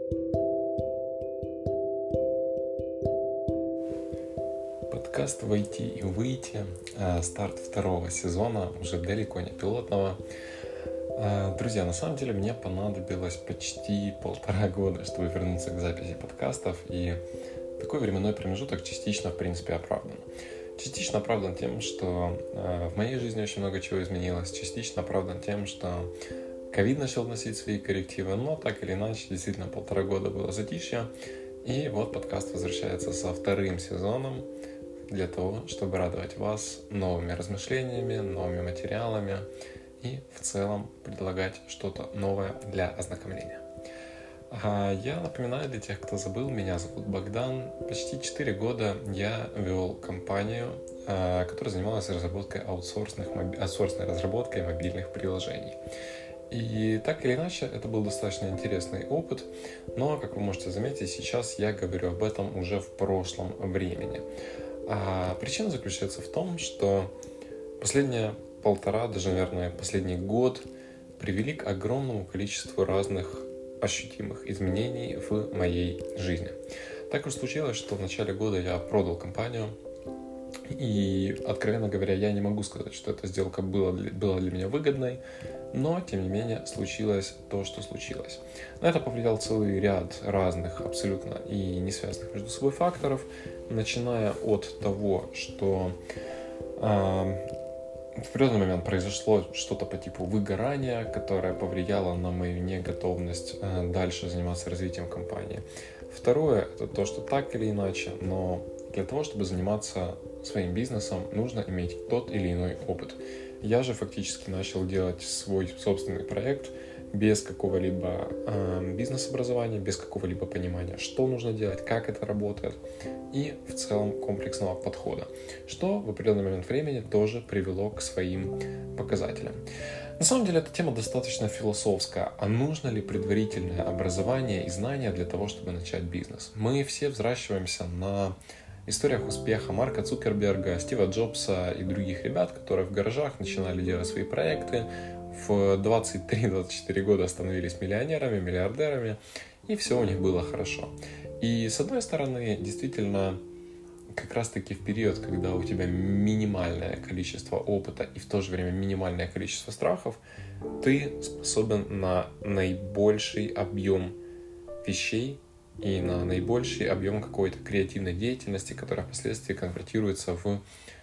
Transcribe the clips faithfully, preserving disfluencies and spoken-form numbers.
Подкаст «Войти и выйти», старт второго сезона, уже далеко не пилотного. Друзья, на самом деле мне понадобилось почти полтора года, чтобы вернуться к записи подкастов, и такой временной промежуток частично, в принципе, оправдан. Частично оправдан тем, что в моей жизни очень много чего изменилось, частично оправдан тем, что ковид начал вносить свои коррективы, но так или иначе, действительно, полтора года было затишье, и вот подкаст возвращается со вторым сезоном для того, чтобы радовать вас новыми размышлениями, новыми материалами и в целом предлагать что-то новое для ознакомления. Я напоминаю для тех, кто забыл, меня зовут Богдан. Почти четыре года я вел компанию, которая занималась разработкой аутсорсных, аутсорсной разработкой мобильных приложений. И так или иначе, это был достаточно интересный опыт, но, как вы можете заметить, сейчас я говорю об этом уже в прошлом времени. А причина заключается в том, что последние полтора, даже, наверное, последний год привели к огромному количеству разных ощутимых изменений в моей жизни. Так уж случилось, что в начале года я продал компанию, и, откровенно говоря, я не могу сказать, что эта сделка была для, была для меня выгодной, но, тем не менее, случилось то, что случилось. На это повлиял целый ряд разных, абсолютно и не связанных между собой факторов, начиная от того, что э, в определенный момент произошло что-то по типу выгорания, которое повлияло на мою неготовность э, дальше заниматься развитием компании. Второе, это то, что так или иначе, но для того, чтобы заниматься своим бизнесом, нужно иметь тот или иной опыт. Я же фактически начал делать свой собственный проект без какого-либо э, бизнес-образования, без какого-либо понимания, что нужно делать, как это работает, и в целом комплексного подхода, что в определенный момент времени тоже привело к своим показателям. На самом деле эта тема достаточно философская. А нужно ли предварительное образование и знания для того, чтобы начать бизнес? Мы все взращиваемся на историях успеха Марка Цукерберга, Стива Джобса и других ребят, которые в гаражах начинали делать свои проекты, в двадцать три - двадцать четыре года становились миллионерами, миллиардерами, и все у них было хорошо. И с одной стороны, действительно, как раз-таки в период, когда у тебя минимальное количество опыта и в то же время минимальное количество страхов, ты способен на наибольший объем вещей и на наибольший объем какой-то креативной деятельности, которая впоследствии конвертируется в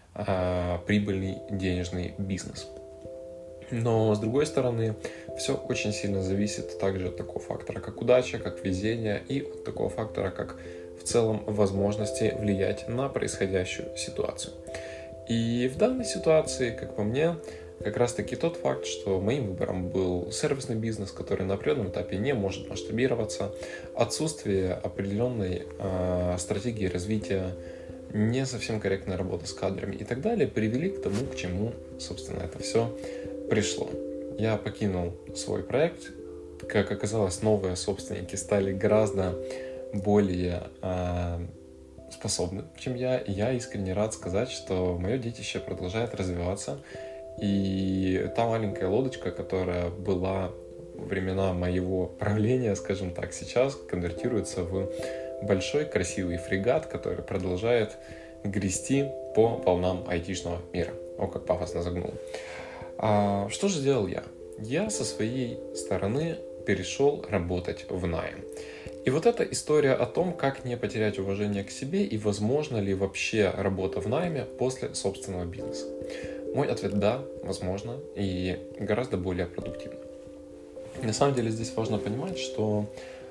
а, прибыльный денежный бизнес. Но, с другой стороны, все очень сильно зависит также от такого фактора, как удача, как везение, и от такого фактора, как в целом возможности влиять на происходящую ситуацию. И в данной ситуации, как по мне, как раз-таки тот факт, что моим выбором был сервисный бизнес, который на определенном этапе не может масштабироваться, отсутствие определенной э, стратегии развития, не совсем корректная работа с кадрами и так далее, привели к тому, к чему, собственно, это все пришло. Я покинул свой проект. Как оказалось, новые собственники стали гораздо более э, способны, чем я. И я искренне рад сказать, что мое детище продолжает развиваться. И та маленькая лодочка, которая была во времена моего правления, скажем так, сейчас конвертируется в большой красивый фрегат, который продолжает грести по волнам айтишного мира. О, как пафосно загнул. А что же сделал я? Я со своей стороны перешел работать в найм. И вот эта история о том, как не потерять уважение к себе и возможно ли вообще работа в найме после собственного бизнеса. Мой ответ – да, возможно, и гораздо более продуктивно. На самом деле здесь важно понимать, что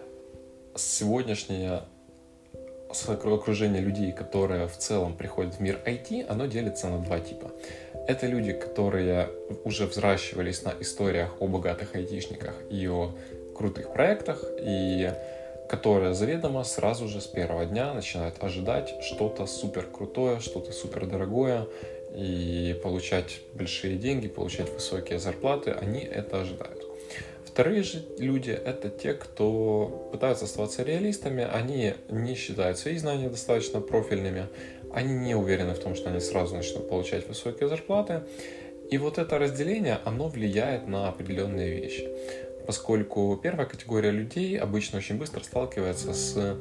сегодняшнее окружение людей, которые в целом приходят в мир ай ти, оно делится на два типа. Это люди, которые уже взращивались на историях о богатых айтишниках и о крутых проектах, и которые заведомо сразу же с первого дня начинают ожидать что-то супер крутое, что-то супер дорогое, и получать большие деньги, получать высокие зарплаты, они это ожидают. Вторые же люди – это те, кто пытаются оставаться реалистами, они не считают свои знания достаточно профильными, они не уверены в том, что они сразу начнут получать высокие зарплаты. И вот это разделение, оно влияет на определенные вещи. поскольку первая категория людей обычно очень быстро сталкивается с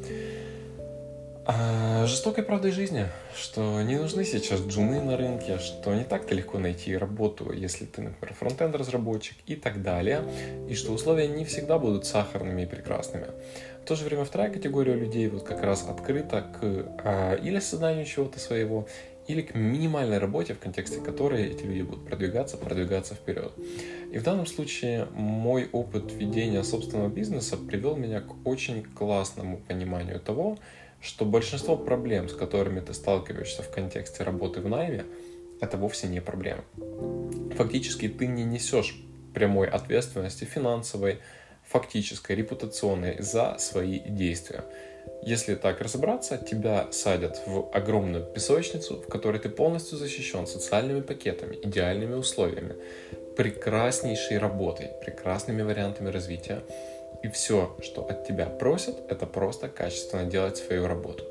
а, жестокой правдой жизни, что не нужны сейчас джуны на рынке, что не так-то легко найти работу, если ты, например, фронтенд-разработчик и так далее, и что условия не всегда будут сахарными и прекрасными. В то же время вторая категория людей вот как раз открыта к а, или созданию чего-то своего, или к минимальной работе, в контексте которой эти люди будут продвигаться, продвигаться вперед. И в данном случае мой опыт ведения собственного бизнеса привел меня к очень классному пониманию того, что большинство проблем, с которыми ты сталкиваешься в контексте работы в найме, это вовсе не проблемы. Фактически ты не несешь прямой ответственности финансовой, фактической, репутационной за свои действия. Если так разобраться, тебя садят в огромную песочницу, в которой ты полностью защищен социальными пакетами, идеальными условиями, прекраснейшей работой, прекрасными вариантами развития. И все, что от тебя просят, это просто качественно делать свою работу.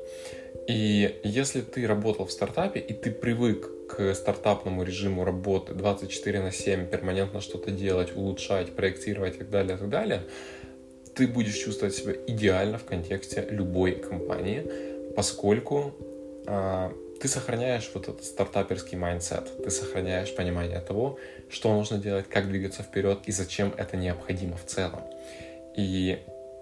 И если ты работал в стартапе, и ты привык к стартапному режиму работы двадцать четыре на семь, перманентно что-то делать, улучшать, проектировать и так далее, и так далее, ты будешь чувствовать себя идеально в контексте любой компании, поскольку э, ты сохраняешь вот этот стартаперский майндсет, ты сохраняешь понимание того, что нужно делать, как двигаться вперед и зачем это необходимо в целом. И,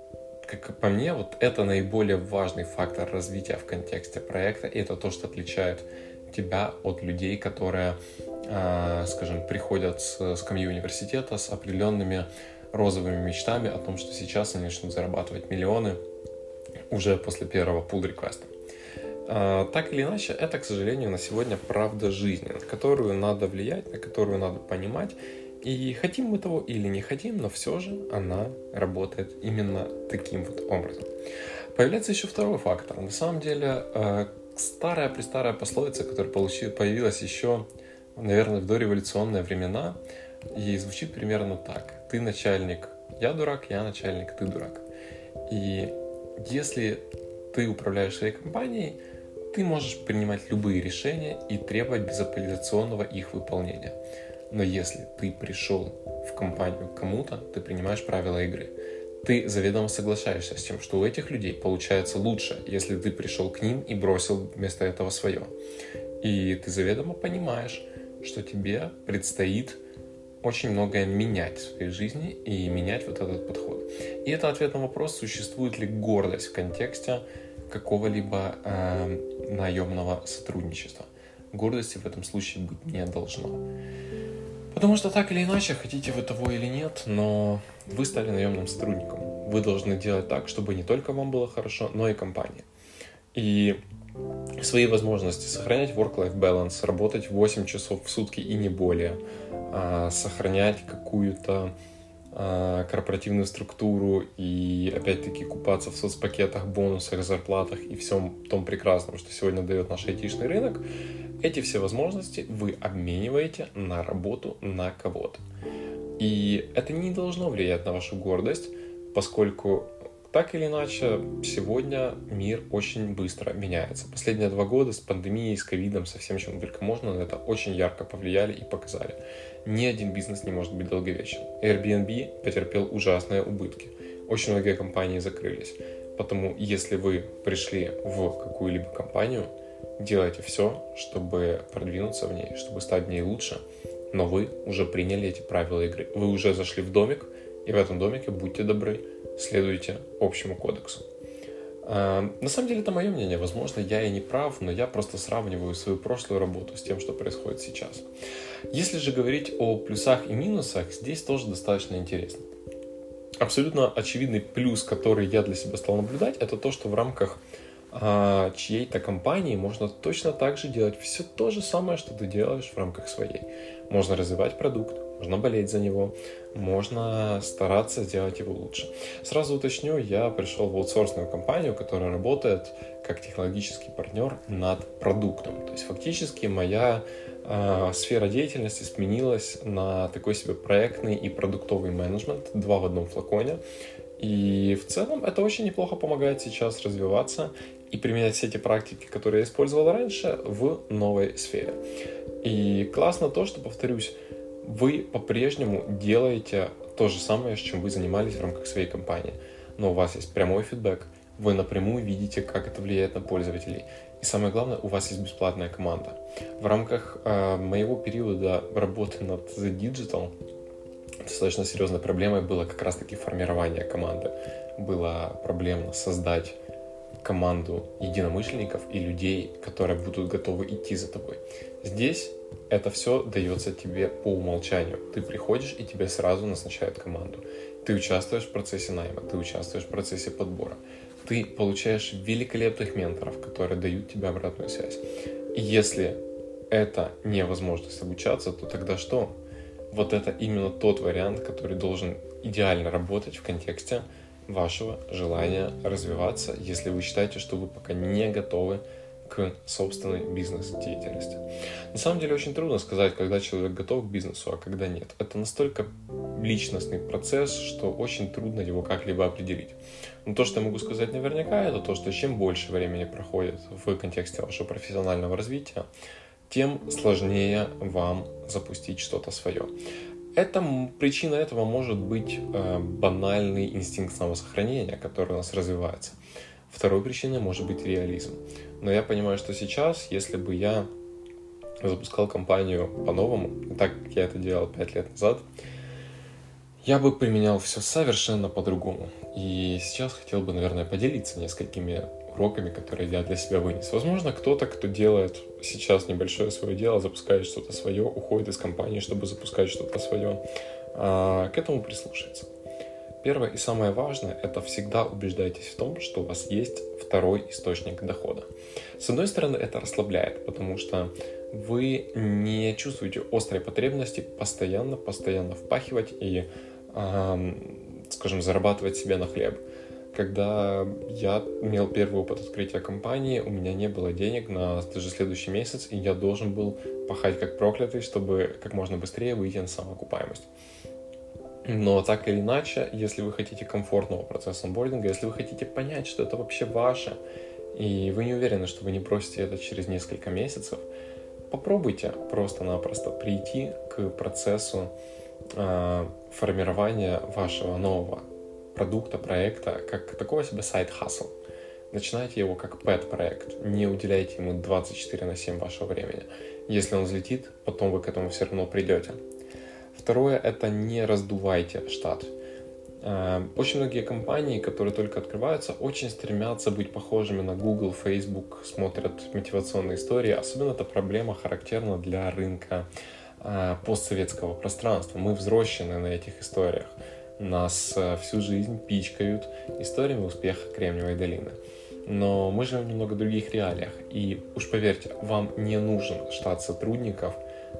как по мне, вот это наиболее важный фактор развития в контексте проекта, и это то, что отличает тебя от людей, которые, э, скажем, приходят с скамьи университета с определенными розовыми мечтами о том, что сейчас они начнут зарабатывать миллионы уже после первого pull-реквеста. Э, так или иначе, это, к сожалению, на сегодня правда жизни, на которую надо влиять, на которую надо понимать. И хотим мы того или не хотим, но все же она работает именно таким вот образом. Появляется еще второй фактор. На самом деле, старая-престарая пословица, которая появилась еще, наверное, в дореволюционные времена, и звучит примерно так. Ты начальник, я дурак, я начальник, ты дурак. И если ты управляешь своей компанией, ты можешь принимать любые решения и требовать безапелляционного их выполнения. Но если ты пришел в компанию к кому-то, ты принимаешь правила игры. Ты заведомо соглашаешься с тем, что у этих людей получается лучше, если ты пришел к ним и бросил вместо этого свое. И ты заведомо понимаешь, что тебе предстоит очень многое менять в своей жизни и менять вот этот подход. И это ответ на вопрос, существует ли гордость в контексте какого-либо э, наемного сотрудничества. Гордости в этом случае быть не должно. Потому что так или иначе, хотите вы того или нет, но вы стали наемным сотрудником. Вы должны делать так, чтобы не только вам было хорошо, но и компании. И свои возможности сохранять work-life balance, работать восемь часов в сутки и не более, сохранять какую-то корпоративную структуру и опять-таки купаться в соцпакетах, бонусах, зарплатах и всем том прекрасном, что сегодня дает наш айтишный рынок. Эти все возможности вы обмениваете на работу на кого-то. И это не должно влиять на вашу гордость, поскольку так или иначе сегодня мир очень быстро меняется. Последние два года с пандемией, с ковидом, со всем, чем только можно, на это очень ярко повлияли и показали. Ни один бизнес не может быть долговечен. Airbnb потерпел ужасные убытки. Очень многие компании закрылись. Потому если вы пришли в какую-либо компанию, делайте все, чтобы продвинуться в ней, чтобы стать в ней лучше, но вы уже приняли эти правила игры. Вы уже зашли в домик, и в этом домике, будьте добры, следуйте общему кодексу. На самом деле это мое мнение, возможно, я и не прав, но я просто сравниваю свою прошлую работу с тем, что происходит сейчас. Если же говорить о плюсах и минусах, здесь тоже достаточно интересно. Абсолютно очевидный плюс, который я для себя стал наблюдать, это то, что в рамках а, чьей-то компании можно точно так же делать все то же самое, что ты делаешь в рамках своей. Можно развивать продукт, можно болеть за него, можно стараться сделать его лучше. Сразу уточню, я пришел в аутсорсную компанию, которая работает как технологический партнер над продуктом. То есть фактически моя э, сфера деятельности сменилась на такой себе проектный и продуктовый менеджмент, два в одном флаконе. И в целом это очень неплохо помогает сейчас развиваться и применять все те практики, которые я использовал раньше, в новой сфере. И классно то, что, повторюсь, вы по-прежнему делаете то же самое, с чем вы занимались в рамках своей компании. Но у вас есть прямой фидбэк, вы напрямую видите, как это влияет на пользователей. И самое главное, у вас есть бесплатная команда. В рамках э, моего периода работы над The Digital достаточно серьезной проблемой было как раз-таки формирование команды. Было проблемно создать команду единомышленников и людей, которые будут готовы идти за тобой. Здесь это все дается тебе по умолчанию. Ты приходишь, и тебе сразу назначают команду. Ты участвуешь в процессе найма, ты участвуешь в процессе подбора. Ты получаешь великолепных менторов, которые дают тебе обратную связь. И если это не возможность обучаться, то тогда что? Вот это именно тот вариант, который должен идеально работать в контексте вашего желания развиваться, если вы считаете, что вы пока не готовы к собственной бизнес-деятельности. На самом деле очень трудно сказать, когда человек готов к бизнесу, а когда нет. Это настолько личностный процесс, что очень трудно его как-либо определить. Но то, что я могу сказать наверняка, это то, что чем больше времени проходит в контексте вашего профессионального развития, тем сложнее вам запустить что-то свое. Это, причина этого может быть э, банальный инстинкт самосохранения, который у нас развивается. Второй причиной может быть реализм. Но я понимаю, что сейчас, если бы я запускал компанию по-новому, так как я это делал пять лет назад, я бы применял все совершенно по-другому. И сейчас хотел бы, наверное, поделиться несколькими уроками, которые я для себя вынес. Возможно, кто-то, кто делает сейчас небольшое свое дело, запускает что-то свое, уходит из компании, чтобы запускать что-то свое, к этому прислушается. Первое и самое важное – это всегда убеждайтесь в том, что у вас есть второй источник дохода. С одной стороны, это расслабляет, потому что вы не чувствуете острой потребности постоянно, постоянно впахивать и, скажем, зарабатывать себе на хлеб. Когда я имел первый опыт открытия компании, у меня не было денег на даже следующий месяц, и я должен был пахать как проклятый, чтобы как можно быстрее выйти на самоокупаемость. Но так или иначе, если вы хотите комфортного процесса онбординга, если вы хотите понять, что это вообще ваше, и вы не уверены, что вы не бросите это через несколько месяцев, попробуйте просто-напросто прийти к процессу э, формирования вашего нового продукта, проекта, как такого себе сайд-хасл. Начинайте его как пэт-проект, не уделяйте ему двадцать четыре на семь вашего времени. Если он взлетит, потом вы к этому все равно придете. Второе – это не раздувайте штат. Очень многие компании, которые только открываются, очень стремятся быть похожими на Google, Facebook, смотрят мотивационные истории. Особенно эта проблема характерна для рынка постсоветского пространства. Мы взрослены на этих историях. Нас всю жизнь пичкают историями успеха Кремниевой долины. Но мы живем в немного других реалиях. И уж поверьте, вам не нужен штат сотрудников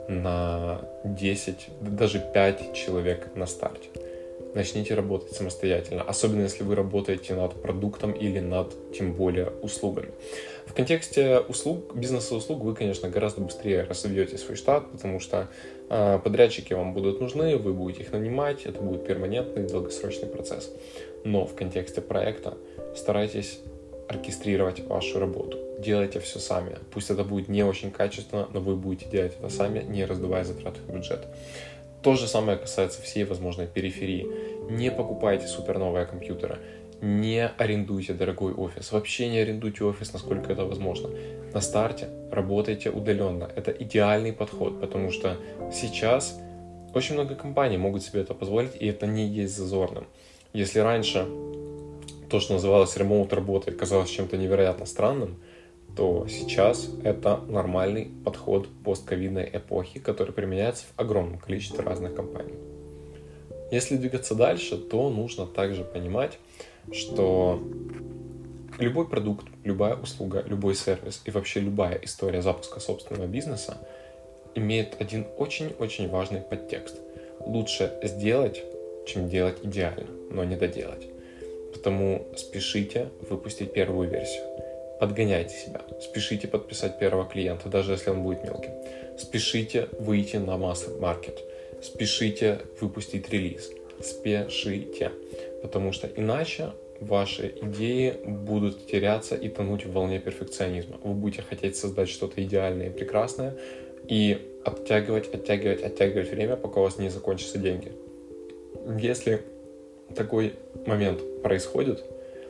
на десять, даже пять человек на старте. Начните работать самостоятельно, особенно если вы работаете над продуктом или над, тем более, услугами. В контексте услуг, бизнеса услуг вы, конечно, гораздо быстрее разовьете свой штат, потому что э, подрядчики вам будут нужны, вы будете их нанимать, это будет перманентный, долгосрочный процесс. Но в контексте проекта старайтесь оркестрировать вашу работу. Делайте все сами. Пусть это будет не очень качественно, но вы будете делать это сами, не раздувая затраты в бюджет. То же самое касается всей возможной периферии. Не покупайте суперновые компьютеры, не арендуйте дорогой офис, вообще не арендуйте офис, насколько это возможно. На старте работайте удаленно. Это идеальный подход, потому что сейчас очень много компаний могут себе это позволить, и это не есть зазорным. Если раньше то, что называлось ремоут работой, казалось чем-то невероятно странным, то сейчас это нормальный подход постковидной эпохи, который применяется в огромном количестве разных компаний. Если двигаться дальше, то нужно также понимать, что любой продукт, любая услуга, любой сервис и вообще любая история запуска собственного бизнеса имеет один очень-очень важный подтекст. Лучше сделать, чем делать идеально, но не доделать. Потому спешите выпустить первую версию. Подгоняйте себя. Спешите подписать первого клиента, даже если он будет мелким. Спешите выйти на масс-маркет. Спешите выпустить релиз. Спешите. Потому что иначе ваши идеи будут теряться и тонуть в волне перфекционизма. Вы будете хотеть создать что-то идеальное и прекрасное и оттягивать, оттягивать, оттягивать время, пока у вас не закончатся деньги. Если такой момент происходит,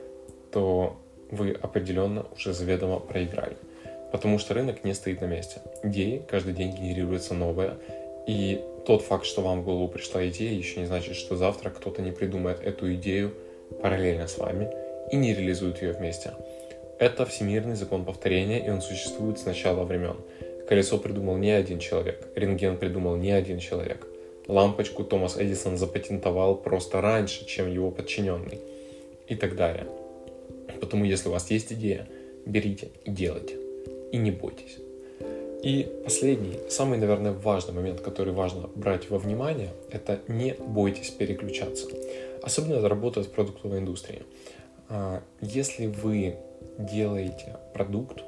то вы определенно уже заведомо проиграли. Потому что рынок не стоит на месте. Идеи каждый день генерируются новые. И тот факт, что вам в голову пришла идея, еще не значит, что завтра кто-то не придумает эту идею параллельно с вами и не реализует ее вместе. Это всемирный закон повторения, и он существует с начала времен. Колесо придумал не один человек, рентген придумал не один человек. Лампочку Томас Эдисон запатентовал просто раньше, чем его подчиненный. И так далее. Потому если у вас есть идея, берите и делайте. И не бойтесь. И последний, самый, наверное, важный момент, который важно брать во внимание, это не бойтесь переключаться. Особенно это работает в продуктовой индустрии. Если вы делаете продукт,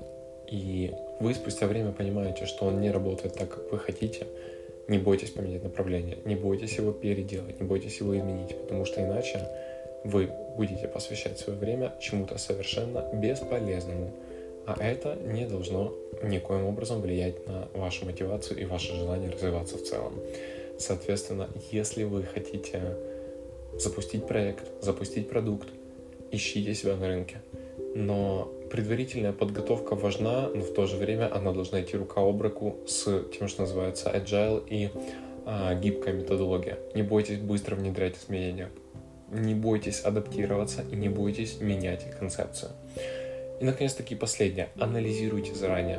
и вы спустя время понимаете, что он не работает так, как вы хотите, не бойтесь поменять направление, не бойтесь его переделать, не бойтесь его изменить, потому что иначе вы будете посвящать свое время чему-то совершенно бесполезному, а это не должно никоим образом влиять на вашу мотивацию и ваше желание развиваться в целом. Соответственно, если вы хотите запустить проект, запустить продукт, ищите себя на рынке. Но предварительная подготовка важна, но в то же время она должна идти рука об руку с тем, что называется agile и а, гибкая методология. Не бойтесь быстро внедрять изменения, не бойтесь адаптироваться и не бойтесь менять концепцию. И, наконец-таки, последнее. Анализируйте заранее.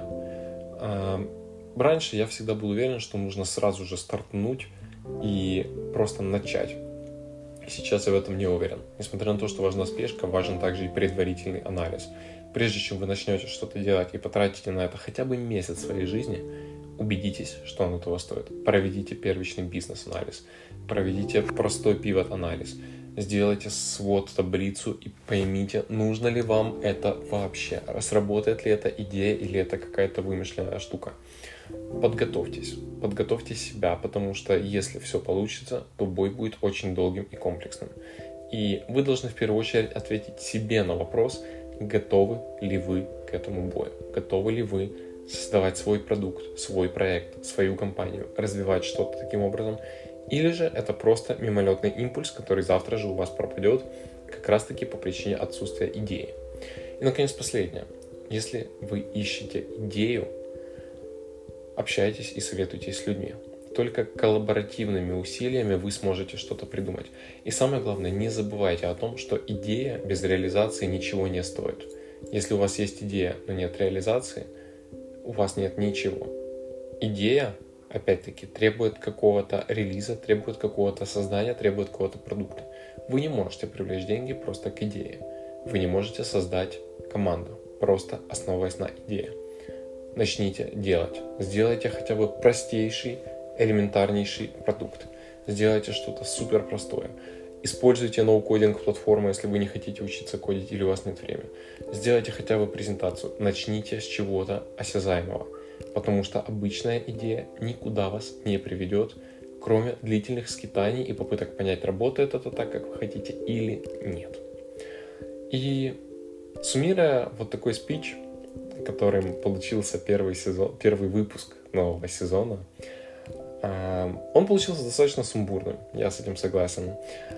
А, раньше я всегда был уверен, что нужно сразу же стартануть и просто начать. Сейчас я в этом не уверен. Несмотря на то, что важна спешка, важен также и предварительный анализ. Прежде чем вы начнете что-то делать и потратите на это хотя бы месяц своей жизни, убедитесь, что оно того стоит. Проведите первичный бизнес-анализ. Проведите простой пивот-анализ. Сделайте свод, таблицу и поймите, нужно ли вам это вообще. Сработает ли эта идея или это какая-то вымышленная штука. Подготовьтесь. Подготовьте себя, потому что если все получится, то бой будет очень долгим и комплексным. И вы должны в первую очередь ответить себе на вопрос, готовы ли вы к этому бою. Готовы ли вы создавать свой продукт, свой проект, свою компанию, развивать что-то таким образом. Или же это просто мимолетный импульс, который завтра же у вас пропадет, как раз таки по причине отсутствия идеи. И, наконец, последнее. Если вы ищете идею, общайтесь и советуйтесь с людьми. Только коллаборативными усилиями вы сможете что-то придумать. И самое главное, не забывайте о том, что идея без реализации ничего не стоит. Если у вас есть идея, но нет реализации, у вас нет ничего. Идея, опять-таки, требует какого-то релиза, требует какого-то создания, требует какого-то продукта. Вы не можете привлечь деньги просто к идее. Вы не можете создать команду, просто основываясь на идее. Начните делать. Сделайте хотя бы простейший, элементарнейший продукт. Сделайте что-то супер простое. Используйте ноу-кодинг платформу, если вы не хотите учиться кодить или у вас нет времени. Сделайте хотя бы презентацию. Начните с чего-то осязаемого. Потому что обычная идея никуда вас не приведет, кроме длительных скитаний и попыток понять, работает это так, как вы хотите или нет. И суммируя вот такой спич, которым получился первый, сезон, первый выпуск нового сезона, он получился достаточно сумбурным, я с этим согласен.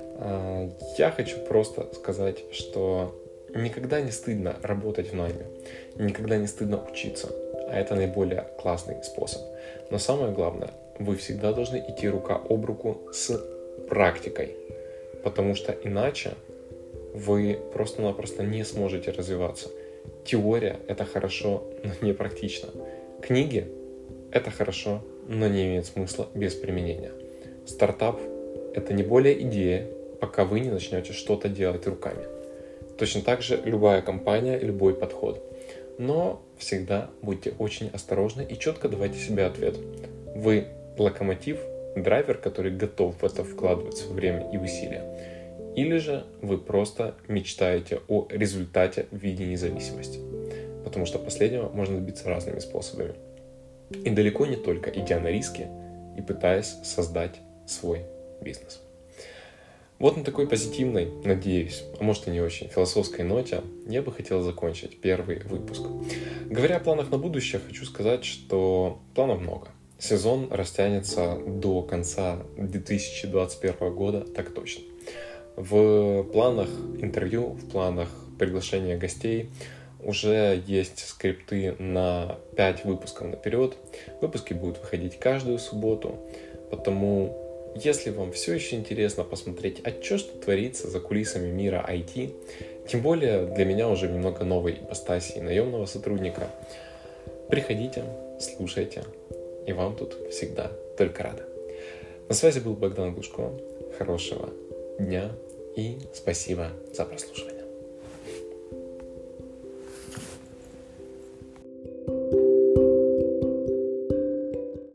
Я хочу просто сказать, что никогда не стыдно работать в найме, никогда не стыдно учиться, а это наиболее классный способ. Но самое главное, вы всегда должны идти рука об руку с практикой, потому что иначе вы просто-напросто не сможете развиваться. Теория – это хорошо, но не практично. Книги – это хорошо, но не имеет смысла без применения. Стартап – это не более идея, пока вы не начнете что-то делать руками. Точно так же любая компания, любой подход. Но всегда будьте очень осторожны и четко давайте себе ответ. Вы локомотив, драйвер, который готов в это вкладывать свое время и усилия. Или же вы просто мечтаете о результате в виде независимости. Потому что последнего можно добиться разными способами. И далеко не только идя на риски и пытаясь создать свой бизнес. Вот на такой позитивной, надеюсь, а может и не очень, философской ноте я бы хотел закончить первый выпуск. Говоря о планах на будущее, хочу сказать, что планов много. сезон растянется до конца две тысячи двадцать первого года, так точно. В планах интервью, в планах приглашения гостей уже есть скрипты на пять выпусков наперед. Выпуски будут выходить каждую субботу, потому если вам все еще интересно посмотреть, а что что творится за кулисами мира ай ти, тем более для меня уже немного новой ипостаси наемного сотрудника, приходите, слушайте, и вам тут всегда только рада. На связи был Богдан Глушко. Хорошего дня и спасибо за прослушивание.